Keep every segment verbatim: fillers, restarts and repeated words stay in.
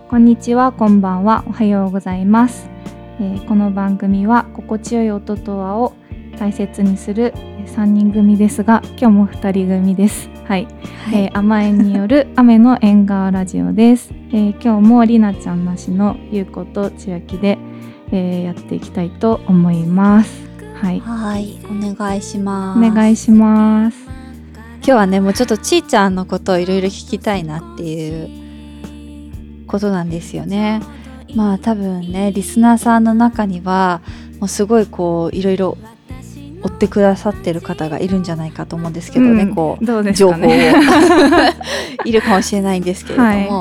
こんにちは、こんばんは、おはようございます。えー、この番組は心地よい音と和を大切にするさんにん組ですが、今日もふたり組です。はい、はい、えー、甘えによる雨の縁側ラジオです。えー、今日もりなちゃんなしのゆうことちあきで、えー、やっていきたいと思います。はい、 はい、お願いします。 お願いします。 今日はね、もうちょっとちーちゃんのことをいろいろ聞きたいなっていうことなんですよね。まあ多分ね、リスナーさんの中にはもうすごいこういろいろ追ってくださってる方がいるんじゃないかと思うんですけどね、うん、こうどうです情かね報をいるかもしれないんですけれども、はいはい、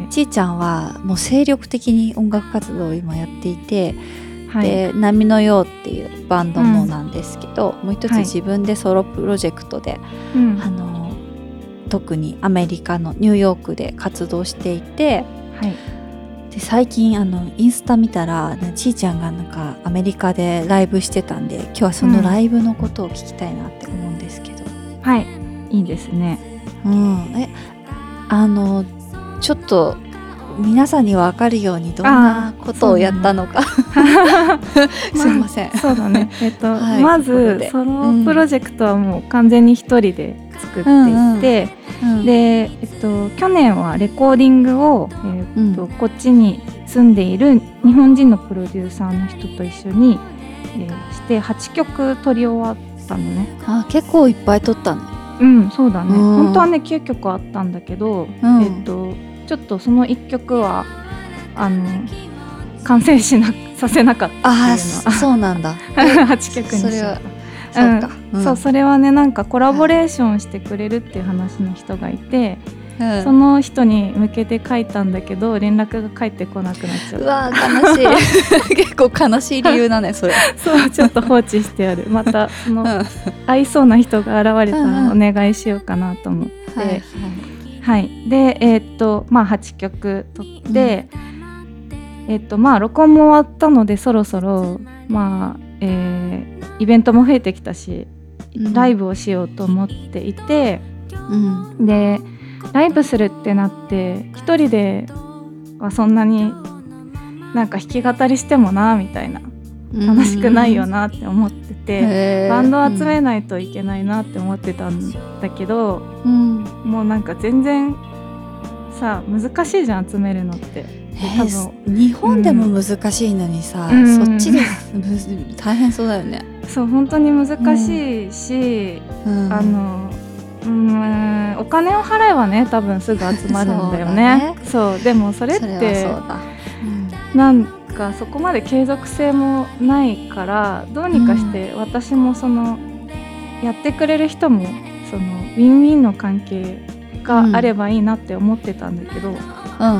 ちーちゃんはもう精力的に音楽活動を今やっていて、はい、で波のようっていうバンドもなんですけど、うん、もう一つ自分でソロプロジェクトで、はい、あの特にアメリカのニューヨークで活動していて、はい、で最近あのインスタ見たら、ね、ちーちゃんがなんかアメリカでライブしてたんで、今日はそのライブのことを聞きたいなって思うんですけど、うん、 はい、いいですね。 うん、えあのちょっと皆さんに分かるようにどんなことをやったのか、ね、すいません、 まあ、そうだね、えっとはい、まずそのプロジェクトはもう完全に一人で作っていて、うんうん、で、えっと、去年はレコーディングを、えーっとうん、こっちに住んでいる日本人のプロデューサーの人と一緒に、えー、してはちきょく撮り終わったのね。 あ、結構いっぱい撮ったね。 うん、そうだね、うん、本当はねきゅうきょくあったんだけど、うん、えっとちょっとそのいっきょくはあの完成しなさせなかったっていうのは。あ、 そうなんだはちきょくにしちゃった。そうか、うん、そう、それはねなんかコラボレーションしてくれるっていう話の人がいて、うん、その人に向けて書いたんだけど連絡が返ってこなくなっちゃった。うわ悲しい結構悲しい理由だねそれそうちょっと放置してある。またその、うん、合いそうな人が現れたらお願いしようかなと思って、うん、はい、はいはい、でえー、っとまあはちきょく撮って、うん、えー、っとまあ録音も終わったのでそろそろまあ、えー、イベントも増えてきたし、うん、ライブをしようと思っていて、うん、でライブするってなって一人ではそんなになんか弾き語りしてもなみたいな楽しくないよなって思ってて、バンドを集めないといけないなって思ってたんだけど、うん、もうなんか全然さ難しいじゃん集めるのって、 多分日本でも難しいのにさ、うん、そっちで大変そうだよね。 そう本当に難しいし、うん、あのうんお金を払えばね多分すぐ集まるんだよね。そう、ね、そうでもそれってそれはそうだ、うん、なんかそこまで継続性もないからどうにかして私もその、うん、やってくれる人もそのウィンウィンの関係があればいいなって思ってたんだけど、うん、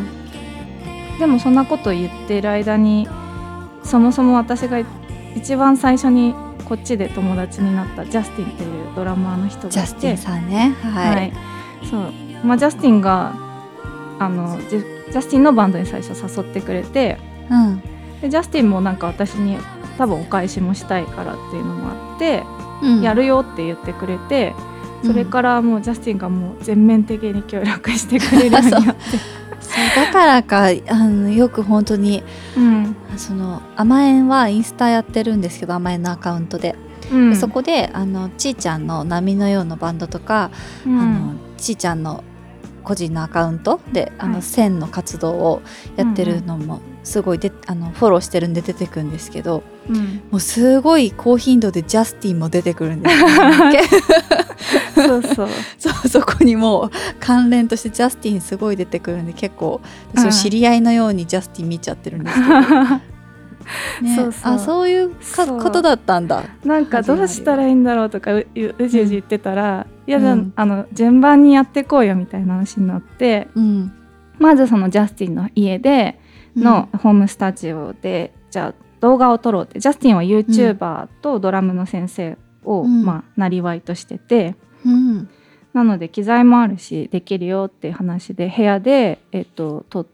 でもそんなこと言ってる間にそもそも私が一番最初にこっちで友達になったジャスティンっていうドラマーの人がいて、 ジャスティンさんね、はい、はい、 そうまあ、ジャスティンがあのジャスティンのバンドに最初誘ってくれて、うん、でジャスティンもなんか私に多分お返しもしたいからっていうのもあって、うん、やるよって言ってくれて、それからもうジャスティンがもう全面的に協力してくれるようになってそうだからかあのよく本当に、うん、その甘えんはインスタやってるんですけど、甘えんのアカウントで、うん、でそこであのちーちゃんの波のようなバンドとか、うん、あのちーちゃんの個人のアカウントであの、はい、線の活動をやってるのもすごいで、うんうん、あのフォローしてるんで出てくるんですけど、うん、もうすごい高頻度でジャスティンも出てくるんですよそうそうそうそこにもう関連としてジャスティンすごい出てくるんで、結構私は知り合いのようにジャスティン見ちゃってるんですけど、ね、そうそう、あそういうかことだったんだ。 なんかどうしたらいいんだろうとか う, う, うじうじ言ってたら、うん、いや、うん、あの順番にやっていこうよみたいな話になって、うん、まずそのジャスティンの家でのホームスタジオで、うん、じゃあ動画を撮ろうって、ジャスティンは YouTuber とドラムの先生を、うん、まあなりわいとしてて、うん、なので機材もあるしできるよっていう話で部屋で、えっと、撮って、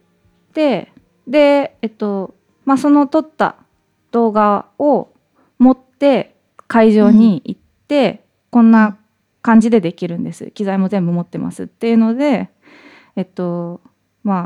で、えっとまあ、その撮った動画を持って会場に行って、うん、こんな感じでできるんです、機材も全部持ってますっていうので、えっとまあ、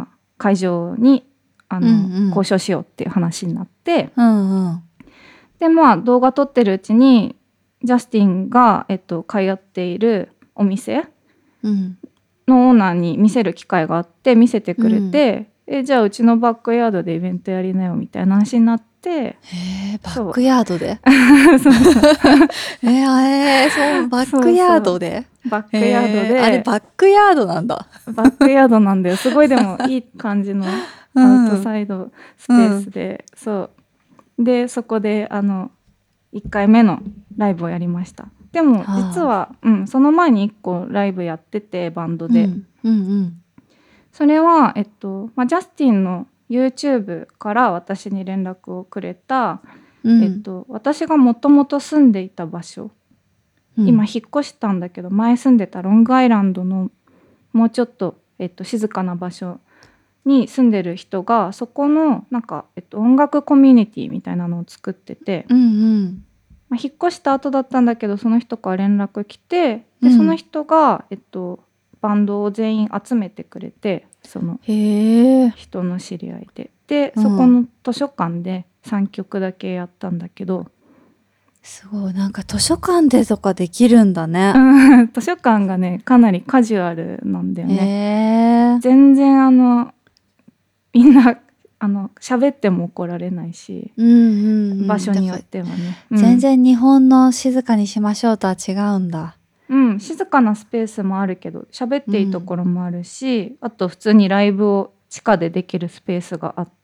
会場にあの、 うんうん、 交渉しようっていう話になって、 うんうん、 でまあ動画撮ってるうちにジャスティンが、えっと、通っているお店のオーナーに見せる機会があって見せてくれて、うん、えじゃあうちのバックヤードでイベントやりなよみたいな話になって、 へバックヤードでそうそうえー、えー、そうバックヤードでバックヤードで、 あれバックヤードなんだバックヤードなんだよ。すごいでもいい感じのアウトサイドスペースで、うん、そうでそこであのいっかいめのライブをやりました。でも実は、はあうん、その前にいっこライブやっててバンドで、 うんうんうん、 それは、えっとまあ、ジャスティンの YouTube から私に連絡をくれた、うんえっと、私がもともと住んでいた場所、うん、今引っ越したんだけど前住んでたロングアイランドのもうちょっと、えっと、静かな場所に住んでる人がそこのなんか、えっと、音楽コミュニティみたいなのを作ってて、 うんうんまあ、引っ越した後だったんだけどその人から連絡来てでその人が、えっと、バンドを全員集めてくれてその人の知り合いでで、うん、そこの図書館でさんきょくだけやったんだけどすごいなんか図書館でとかできるんだね、 うん、図書館がねかなりカジュアルなんだよね。全然あのみんなあの喋っても怒られないし、うんうんうん、場所によってはね、 うん、全然日本の静かにしましょうとは違うんだ。 うん、静かなスペースもあるけど喋っていいところもあるし、うん、あと普通にライブを地下でできるスペースがあって、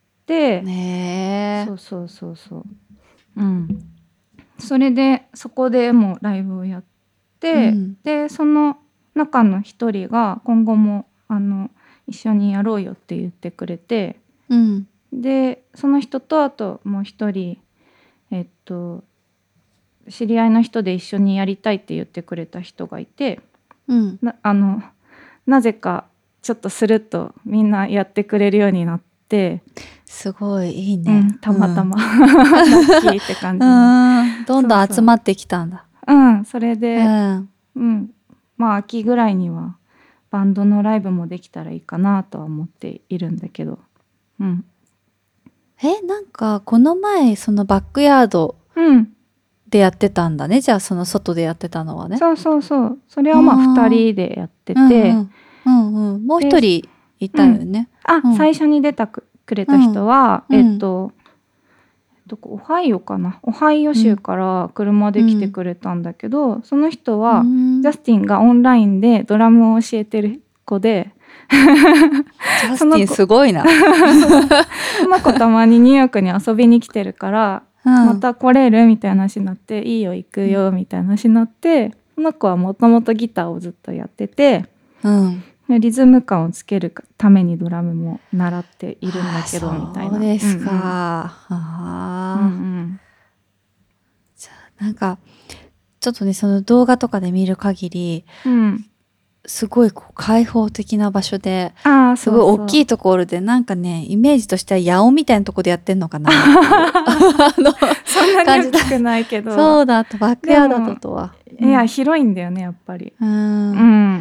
ね、 そうそうそうそう、うん、それでそこでもうライブをやって、うん、でその中の一人が今後もあの一緒にやろうよって言ってくれて、うん、でその人とあともう一人えっと知り合いの人で一緒にやりたいって言ってくれた人がいて、うん、な, あのなぜかちょっとスルッとみんなやってくれるようになってすごいいいね、 うん、たまたま、うん、ラッキーって感じうんどんどん集まってきたんだ。 そうそう、うん、それで、うんうん、まあ秋ぐらいにはバンドのライブもできたらいいかなとは思っているんだけど、うん、 えなんかこの前そのバックヤード、うんでやってたんだね。じゃあその外でやってたのはね。 そうそうそう。それはまあふたりでやってて、うんうんうんうん、もう一人いたよね。 うん、あ、うん、最初に出たくれた人は、うん、えっとどこオハイオかな。オハイオ州から車で来てくれたんだけど、うん、その人は、うん、ジャスティンがオンラインでドラムを教えてる子で。 ジャスティンすごいな。 その子たまにニューヨークに遊びに来てるから。うん、また来れるみたいな話になっていいよ行くよみたいな話になって、この子はもともとギターをずっとやってて、うん、リズム感をつけるためにドラムも習っているんだけどみたいな。 そうですか、うんうん、あ、うんうん、じゃあなんかちょっとねその動画とかで見る限り、うん、すごいこう開放的な場所で、あ、すごい大きいところでなんかねイメージとしては八尾みたいなところでやってんのかなあのそんなに大きくないけどそうだとバックヤードとは、 うん、いや広いんだよねやっぱり。うん、うん、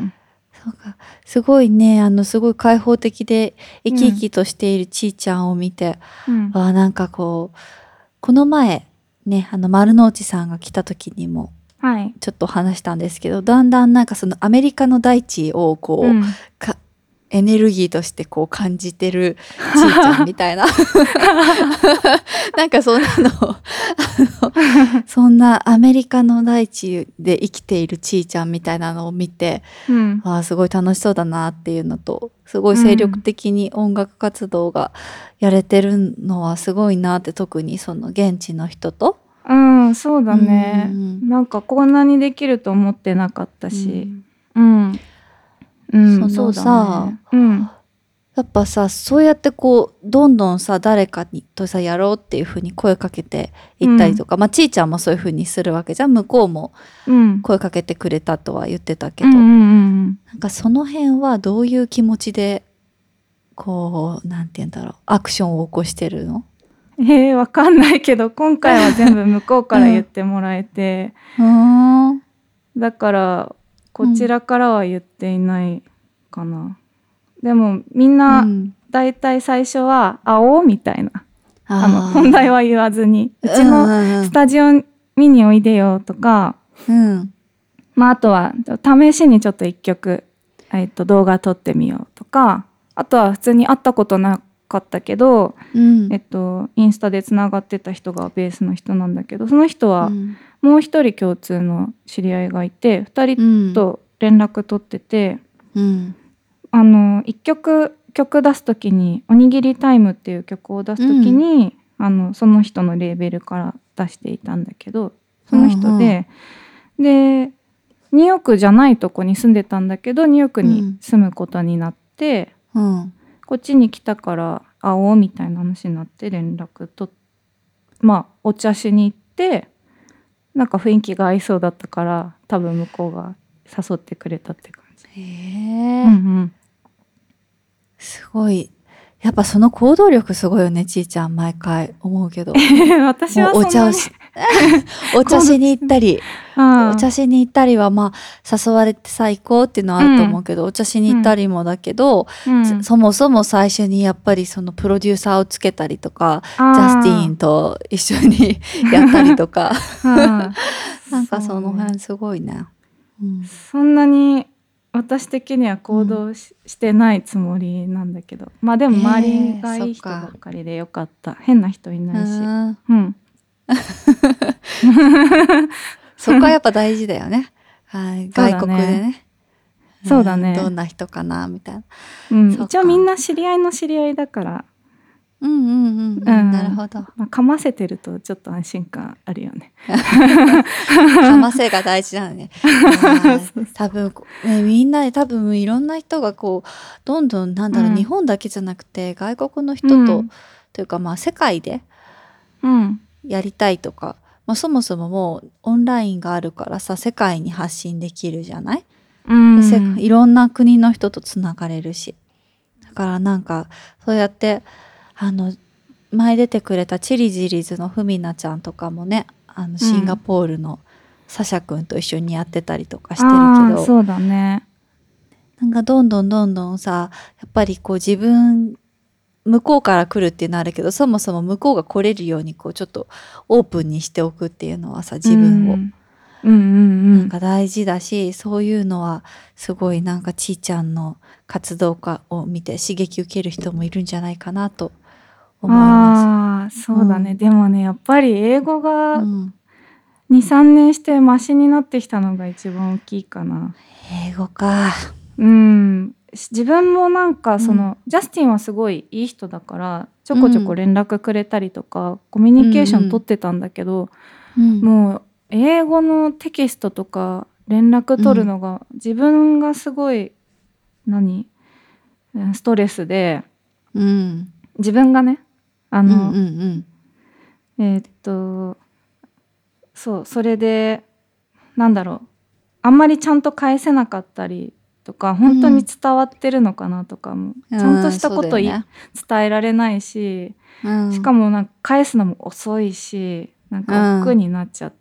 そうかすごいねあのすごい開放的で生き生きとしているちーちゃんを見て、うん、あなんかこうこの前ねあの丸の内さんが来た時にもはい、ちょっと話したんですけどだんだんなんかそのアメリカの大地をこう、うん、かエネルギーとしてこう感じてるちーちゃんみたいななんかそんなのあのそんなアメリカの大地で生きているちーちゃんみたいなのを見て、うん、あすごい楽しそうだなっていうのとすごい精力的に音楽活動がやれてるのはすごいなって特にその現地の人とうん、そうだね、うん、なんかこんなにできると思ってなかったし、うん、 うん、うん、そうだね、うん、やっぱさそうやってこうどんどんさ誰かにとさやろうっていう風に声かけていったりとか、うん、まあちーちゃんもそういう風にするわけじゃん向こうも声かけてくれたとは言ってたけど、うんうんうん、なんかその辺はどういう気持ちでこうなんて言うんだろうアクションを起こしてるの？ えー、わかんないけど今回は全部向こうから言ってもらえて、うん、だからこちらからは言っていないかな、うん、でもみんなだいたい最初は青みたいな、ああの本題は言わずに、うちのスタジオ見においでよとか、 うん、 まあ、あとは試しにちょっと一曲、えっと、動画撮ってみようとか、あとは普通に会ったことなかったけど、 うんえっと、インスタでつながってた人がベースの人なんだけど、その人はうんもう一人共通の知り合いがいて、ふたりと連絡取ってて、 うん、 あのいっきょく曲出す時に「おにぎりタイム」っていう曲を出す時に、うん、あのその人のレーベルから出していたんだけど、その人で、うんうん、でニューヨークじゃないとこに住んでたんだけど、ニューヨークに住むことになって、うん、こっちに来たから会おうみたいな話になって連絡と、まあお茶しに行って、なんか雰囲気が合いそうだったから多分向こうが誘ってくれたって感じ。 へえ、 うんうん、 すごい。やっぱその行動力すごいよね、ちーちゃん。毎回思うけど。 私はそんなにお茶をしお茶しに行ったりお茶しに行ったりはまあ誘われてさ行こうっていうのはあると思うけど、うん、お茶しに行ったりもだけど、うん、そもそも最初にやっぱりそのプロデューサーをつけたりとか、ジャスティンと一緒にやったりとかなんかその辺すごいね、 うん、そんなに私的には行動 し,、うん、してないつもりなんだけど、まあでも周りがいい人ばっかりでよかった。変な人いないし、うん、 そこはやっぱ大事だよね。はい、外国でね。 そうだね。 どんな人かなみたいな。 うん、一応みんな知り合いの知り合いだから。 うんうんうん、うん、なるほど。 まあ、かませてるとちょっと安心感あるよね。 かませが大事なのね。多分ね、みんな多分いろんな人がこうどんどんなんだろう、うん、日本だけじゃなくて外国の人と、うん、というかまあ世界でやりたいとか、まあ、そもそももうオンラインがあるからさ、世界に発信できるじゃない、うん、でいろんな国の人とつながれるし、だからなんかそうやってあの前出てくれたチリジリズのふみなちゃんとかもね、あのシンガポールのサシャ君と一緒にやってたりとかしてるけど、 そうだね、 なんかどんどんどんどんさ、やっぱりこう自分向こうから来るっていうのはあるけど、そもそも向こうが来れるようにこうちょっとオープンにしておくっていうのはさ、自分を、うんうんうんうん、なんか大事だし、そういうのはすごいなんかちーちゃんの活動家を見て刺激受ける人もいるんじゃないかなと思います。 あ、そうだね、うん、でもねやっぱり英語がにさんねんしてマシになってきたのが一番大きいかな。 英語か。 うん、自分もなんかその、うん、ジャスティンはすごいいい人だからちょこちょこ連絡くれたりとか、うん、コミュニケーション取ってたんだけど、うん、もう英語のテキストとか連絡取るのが自分がすごい、何ストレスで、うん、自分がねあの、うんうんうん、えー、っとそうそれでなんだろう、あんまりちゃんと返せなかったりとか、本当に伝わってるのかなとかも、うん、ちゃんとしたこと、うんね、伝えられないし、うん、しかもなんか返すのも遅いし、なんか億劫になっちゃって、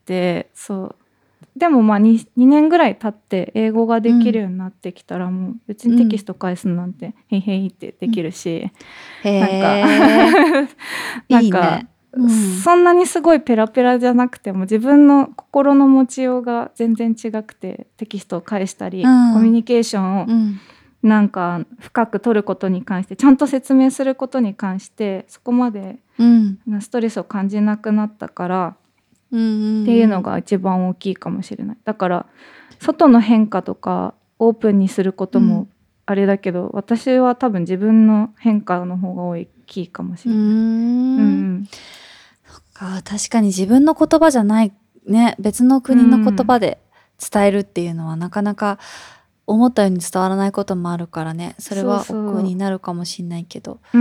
うん、そうでもまあ 2, にねんぐらい経って英語ができるようになってきたら、もう別にテキスト返すなんて、うん、へいへいってできるし、うん、なんかなんかいいね、うん、そんなにすごいペラペラじゃなくても自分の心の持ちようが全然違くて、テキストを返したり、うん、コミュニケーションをなんか深く取ることに関して、ちゃんと説明することに関してそこまでストレスを感じなくなったから、うん、っていうのが一番大きいかもしれない。だから外の変化とかオープンにすることもあれだけど、うん、私は多分自分の変化の方が大きいかもしれない。うん、うんあ、確かに自分の言葉じゃないね、別の国の言葉で伝えるっていうのは、うん、なかなか思ったように伝わらないこともあるからね、それは億劫になるかもしれないけど、うん、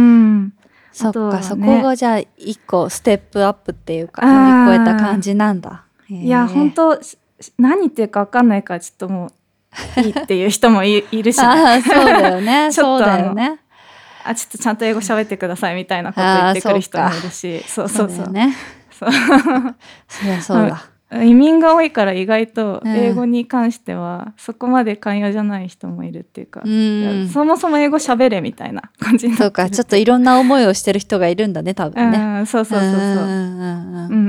そっか、ね、そこがじゃあ一個ステップアップっていうか乗り越えた感じなんだ。 いや本当何言ってるか分かんないからちょっともういいっていう人も い, いるし、ね、 あ、そうだよねそうだよね、 あ、ちょっとちゃんと英語喋ってくださいみたいなこと言ってくる人もいるし、そうそうそう、そうだよね、そうそりゃそうだ、 移民が多いから意外と英語に関してはそこまで寛容じゃない人もいるっていうか、うん、そもそも英語喋れみたいな感じになってる。 そうか、ちょっといろんな思いをしてる人がいるんだね、多分ね。 うん、そうそうそうそう。うんうんうん。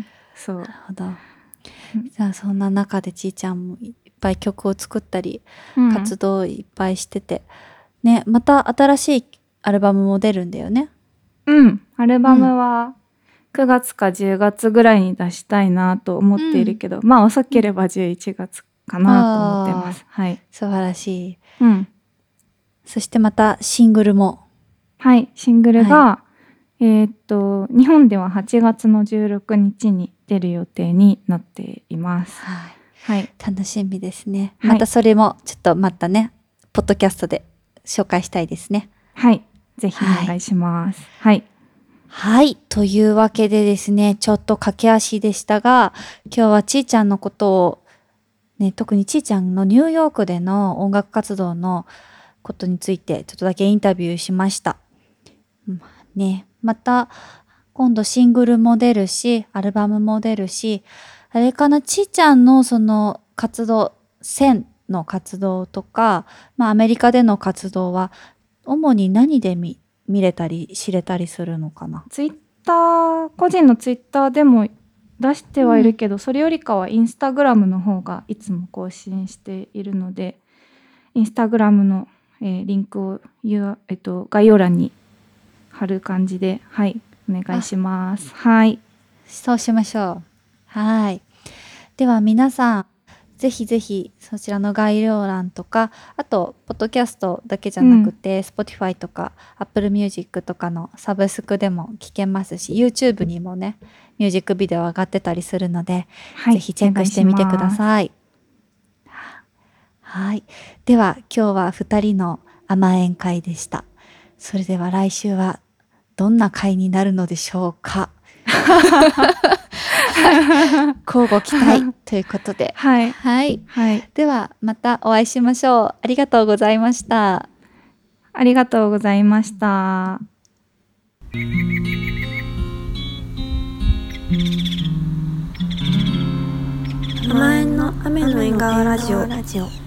そう。なるほど。 じゃあそんな中でちーちゃんもいっぱい曲を作ったり、うん、活動をいっぱいしてて、ね、また新しいアルバムも出るんだよね。 うん、アルバムはくがつかじゅうがつぐらいに出したいなと思っているけど、うん、まあ遅ければじゅういちがつかなと思ってます。はい。 素晴らしい。うん。そしてまたシングルも。 はい、シングルが、はい、えー、っと日本でははちがつのじゅうろくにちに出る予定になっています。 はい。はい、楽しみですね。またそれもちょっとまたね、ポッドキャストで紹介したいですね。 はい、ぜひお願いします。はい。 はい。というわけでですね、ちょっと駆け足でしたが、今日はちーちゃんのことを、ね、特にちーちゃんのニューヨークでの音楽活動のことについてちょっとだけインタビューしました。ね、また今度シングルも出るし、アルバムも出るし、あれかな、ちーちゃんのその活動、線の活動とか、まあアメリカでの活動は主に何で見見れたり知れたりするのかな。 ツイッター、個人のツイッターでも出してはいるけど、うん、それよりかはインスタグラムの方がいつも更新しているので、インスタグラムの、えー、リンクを、えっと、概要欄に貼る感じで、はい、お願いします。はい。 そうしましょう。はい。では皆さん、ぜひぜひそちらの概要欄とか、あとポッドキャストだけじゃなくて、うん、Spotify とか Apple Music とかのサブスクでも聞けますし、 YouTube にもねミュージックビデオ上がってたりするので、はい、ぜひチェックしてみてください。はい。では今日はふたりの甘えん会でした。それでは来週はどんな会になるのでしょうか。交互期待ということで、 はい、 はいはい、ではまたお会いしましょう。ありがとうございました。 ありがとうございました。 甘えんの雨の縁側ラジオ。